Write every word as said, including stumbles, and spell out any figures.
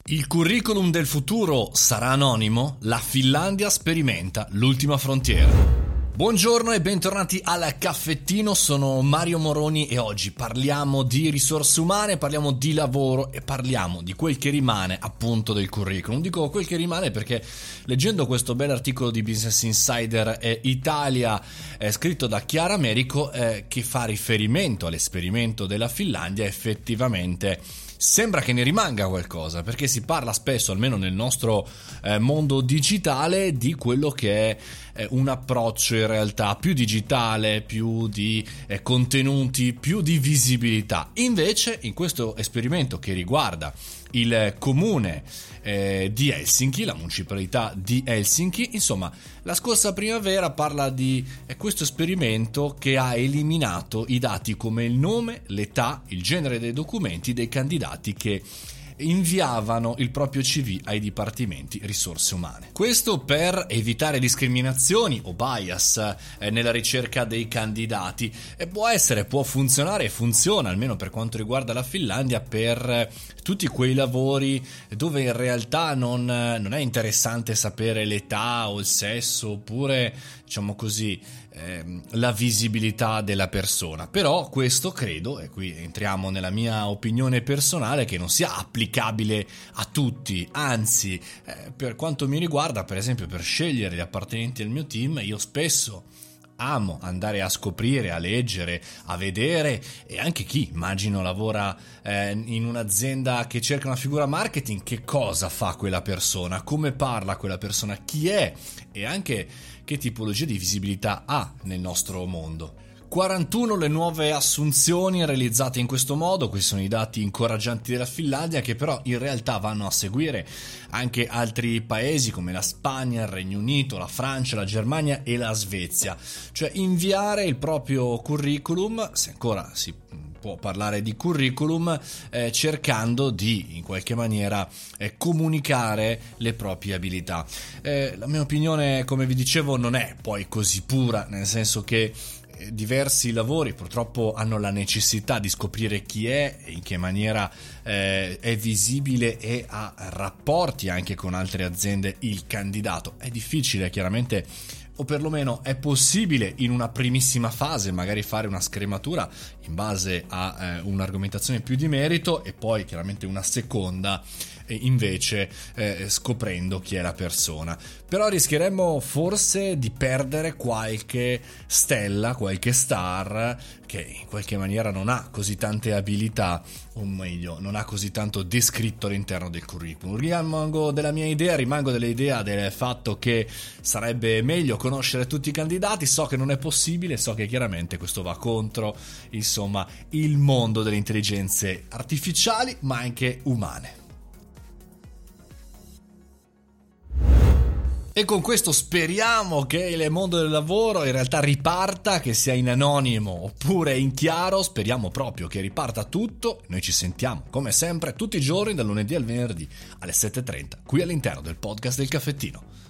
Il curriculum del futuro sarà anonimo? La Finlandia sperimenta l'ultima frontiera. Buongiorno e bentornati al caffettino, sono Mario Moroni e oggi parliamo di risorse umane, parliamo di lavoro e parliamo di quel che rimane appunto del curriculum. Dico quel che rimane perché leggendo questo bel articolo di Business Insider eh, Italia eh, scritto da Chiara Merico eh, che fa riferimento all'esperimento della Finlandia, effettivamente sembra che ne rimanga qualcosa, perché si parla spesso, almeno nel nostro eh, mondo digitale, di quello che è eh, un approccio in realtà più digitale, più di eh, contenuti, più di visibilità. Invece in questo esperimento che riguarda il comune eh, di Helsinki, la municipalità di Helsinki, insomma, la scorsa primavera parla di eh, questo esperimento che ha eliminato i dati come il nome, l'età, il genere dei documenti dei candidati che inviavano il proprio C V ai dipartimenti risorse umane. Questo per evitare discriminazioni o bias eh, nella ricerca dei candidati. E può essere, può funzionare e funziona, almeno per quanto riguarda la Finlandia, per eh, tutti quei lavori dove in realtà non, non è interessante sapere l'età o il sesso, oppure diciamo così ehm, la visibilità della persona. Però questo credo, e qui entriamo nella mia opinione personale, che non sia applicabile a tutti, anzi eh, per quanto mi riguarda, per esempio per scegliere gli appartenenti al mio team, io spesso amo andare a scoprire, a leggere, a vedere, e anche chi immagino lavora eh, in un'azienda che cerca una figura marketing, che cosa fa quella persona, come parla quella persona, chi è e anche che tipologia di visibilità ha nel nostro mondo. quarantuno le nuove assunzioni realizzate in questo modo. Questi sono i dati incoraggianti della Finlandia, che però in realtà vanno a seguire anche altri paesi come la Spagna, il Regno Unito, la Francia, la Germania e la Svezia. Cioè inviare il proprio curriculum, se ancora si può parlare di curriculum, eh, cercando di in qualche maniera eh, comunicare le proprie abilità. Eh, la mia opinione, come vi dicevo, non è poi così pura, nel senso che diversi lavori purtroppo hanno la necessità di scoprire chi è e in che maniera eh, è visibile e ha rapporti anche con altre aziende il candidato. È difficile chiaramente, o perlomeno è possibile in una primissima fase magari fare una scrematura in base a eh, un'argomentazione più di merito, e poi chiaramente una seconda eh, invece eh, scoprendo chi è la persona. Però rischieremmo forse di perdere qualche stella, qualche star che in qualche maniera non ha così tante abilità, o meglio non ha così tanto descritto all'interno del curriculum. Rimango della mia idea, rimango dell'idea del fatto che sarebbe meglio conoscere tutti i candidati. So che non è possibile, so che chiaramente questo va contro insomma il mondo delle intelligenze artificiali ma anche umane. E con questo speriamo che il mondo del lavoro in realtà riparta, che sia in anonimo oppure in chiaro. Speriamo proprio che riparta tutto. Noi ci sentiamo come sempre tutti i giorni dal lunedì al venerdì alle sette e trenta qui all'interno del podcast del caffettino.